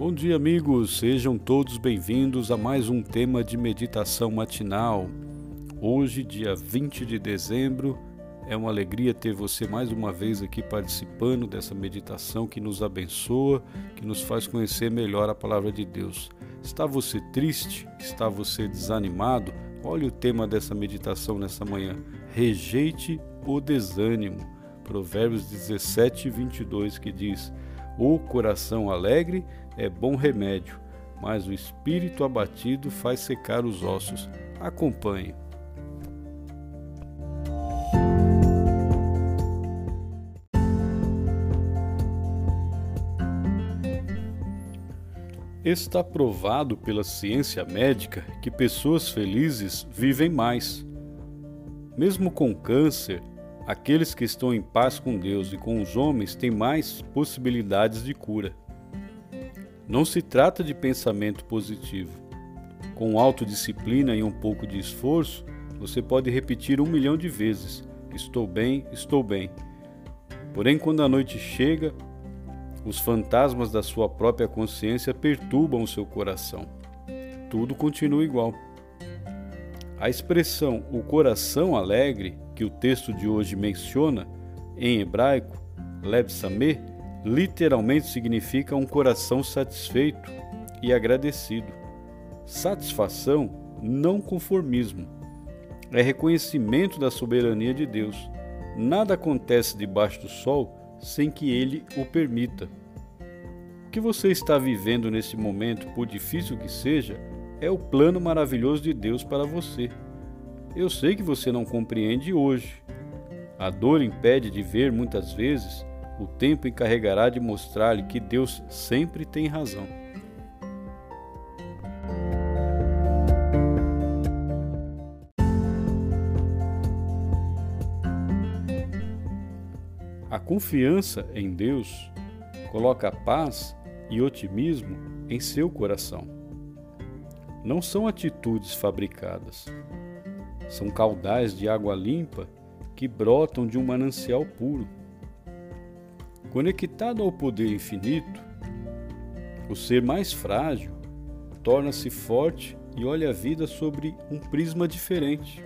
Bom dia, amigos, sejam todos bem-vindos a mais um tema de meditação matinal. Hoje, dia 20 de dezembro, é uma alegria ter você mais uma vez aqui participando dessa meditação que nos abençoa, que nos faz conhecer melhor a palavra de Deus. Está você triste? Está você desanimado? Olha o tema dessa meditação nessa manhã: rejeite o desânimo. Provérbios 17, 22, que diz: o coração alegre é bom remédio, mas o espírito abatido faz secar os ossos. Acompanhe. Está provado pela ciência médica que pessoas felizes vivem mais. Mesmo com câncer, aqueles que estão em paz com Deus e com os homens têm mais possibilidades de cura. Não se trata de pensamento positivo. Com autodisciplina e um pouco de esforço, você pode repetir 1 milhão de vezes: estou bem, estou bem. Porém, quando a noite chega, os fantasmas da sua própria consciência perturbam o seu coração. Tudo continua igual. A expressão "o coração alegre", que o texto de hoje menciona, em hebraico, Lev Sameh, literalmente significa um coração satisfeito e agradecido. Satisfação, não conformismo. É reconhecimento da soberania de Deus. Nada acontece debaixo do sol sem que Ele o permita. O que você está vivendo nesse momento, por difícil que seja, é o plano maravilhoso de Deus para você. Eu sei que você não compreende hoje. A dor impede de ver muitas vezes. O tempo encarregará de mostrar-lhe que Deus sempre tem razão. A confiança em Deus coloca paz e otimismo em seu coração. Não são atitudes fabricadas. São caudais de água limpa que brotam de um manancial puro. Conectado ao poder infinito, o ser mais frágil torna-se forte e olha a vida sobre um prisma diferente.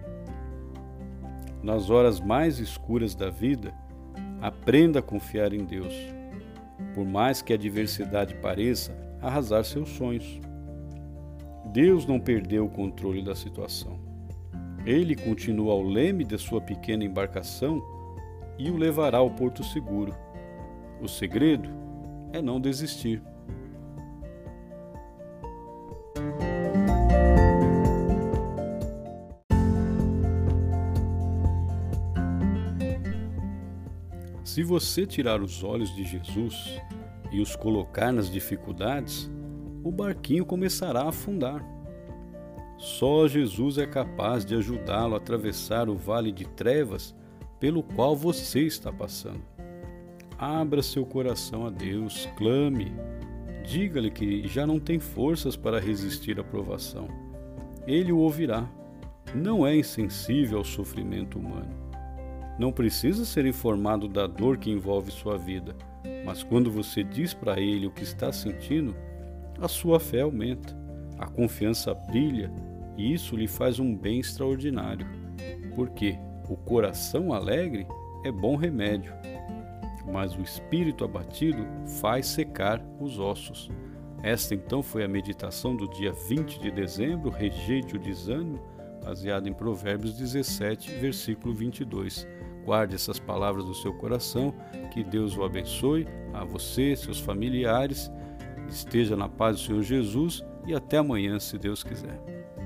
Nas horas mais escuras da vida, aprenda a confiar em Deus, por mais que a adversidade pareça arrasar seus sonhos. Deus não perdeu o controle da situação. Ele continua ao leme de sua pequena embarcação e o levará ao porto seguro. O segredo é não desistir. Se você tirar os olhos de Jesus e os colocar nas dificuldades, o barquinho começará a afundar. Só Jesus é capaz de ajudá-lo a atravessar o vale de trevas pelo qual você está passando. Abra seu coração a Deus, clame, diga-lhe que já não tem forças para resistir à provação. Ele o ouvirá. Não é insensível ao sofrimento humano. Não precisa ser informado da dor que envolve sua vida, mas quando você diz para ele o que está sentindo, a sua fé aumenta, a confiança brilha e isso lhe faz um bem extraordinário, porque o coração alegre é bom remédio, mas o espírito abatido faz secar os ossos. Esta então foi a meditação do dia 20 de dezembro, rejeite o desânimo, baseada em Provérbios 17, versículo 22. Guarde essas palavras no seu coração, que Deus o abençoe, a você, seus familiares, esteja na paz do Senhor Jesus e até amanhã, se Deus quiser.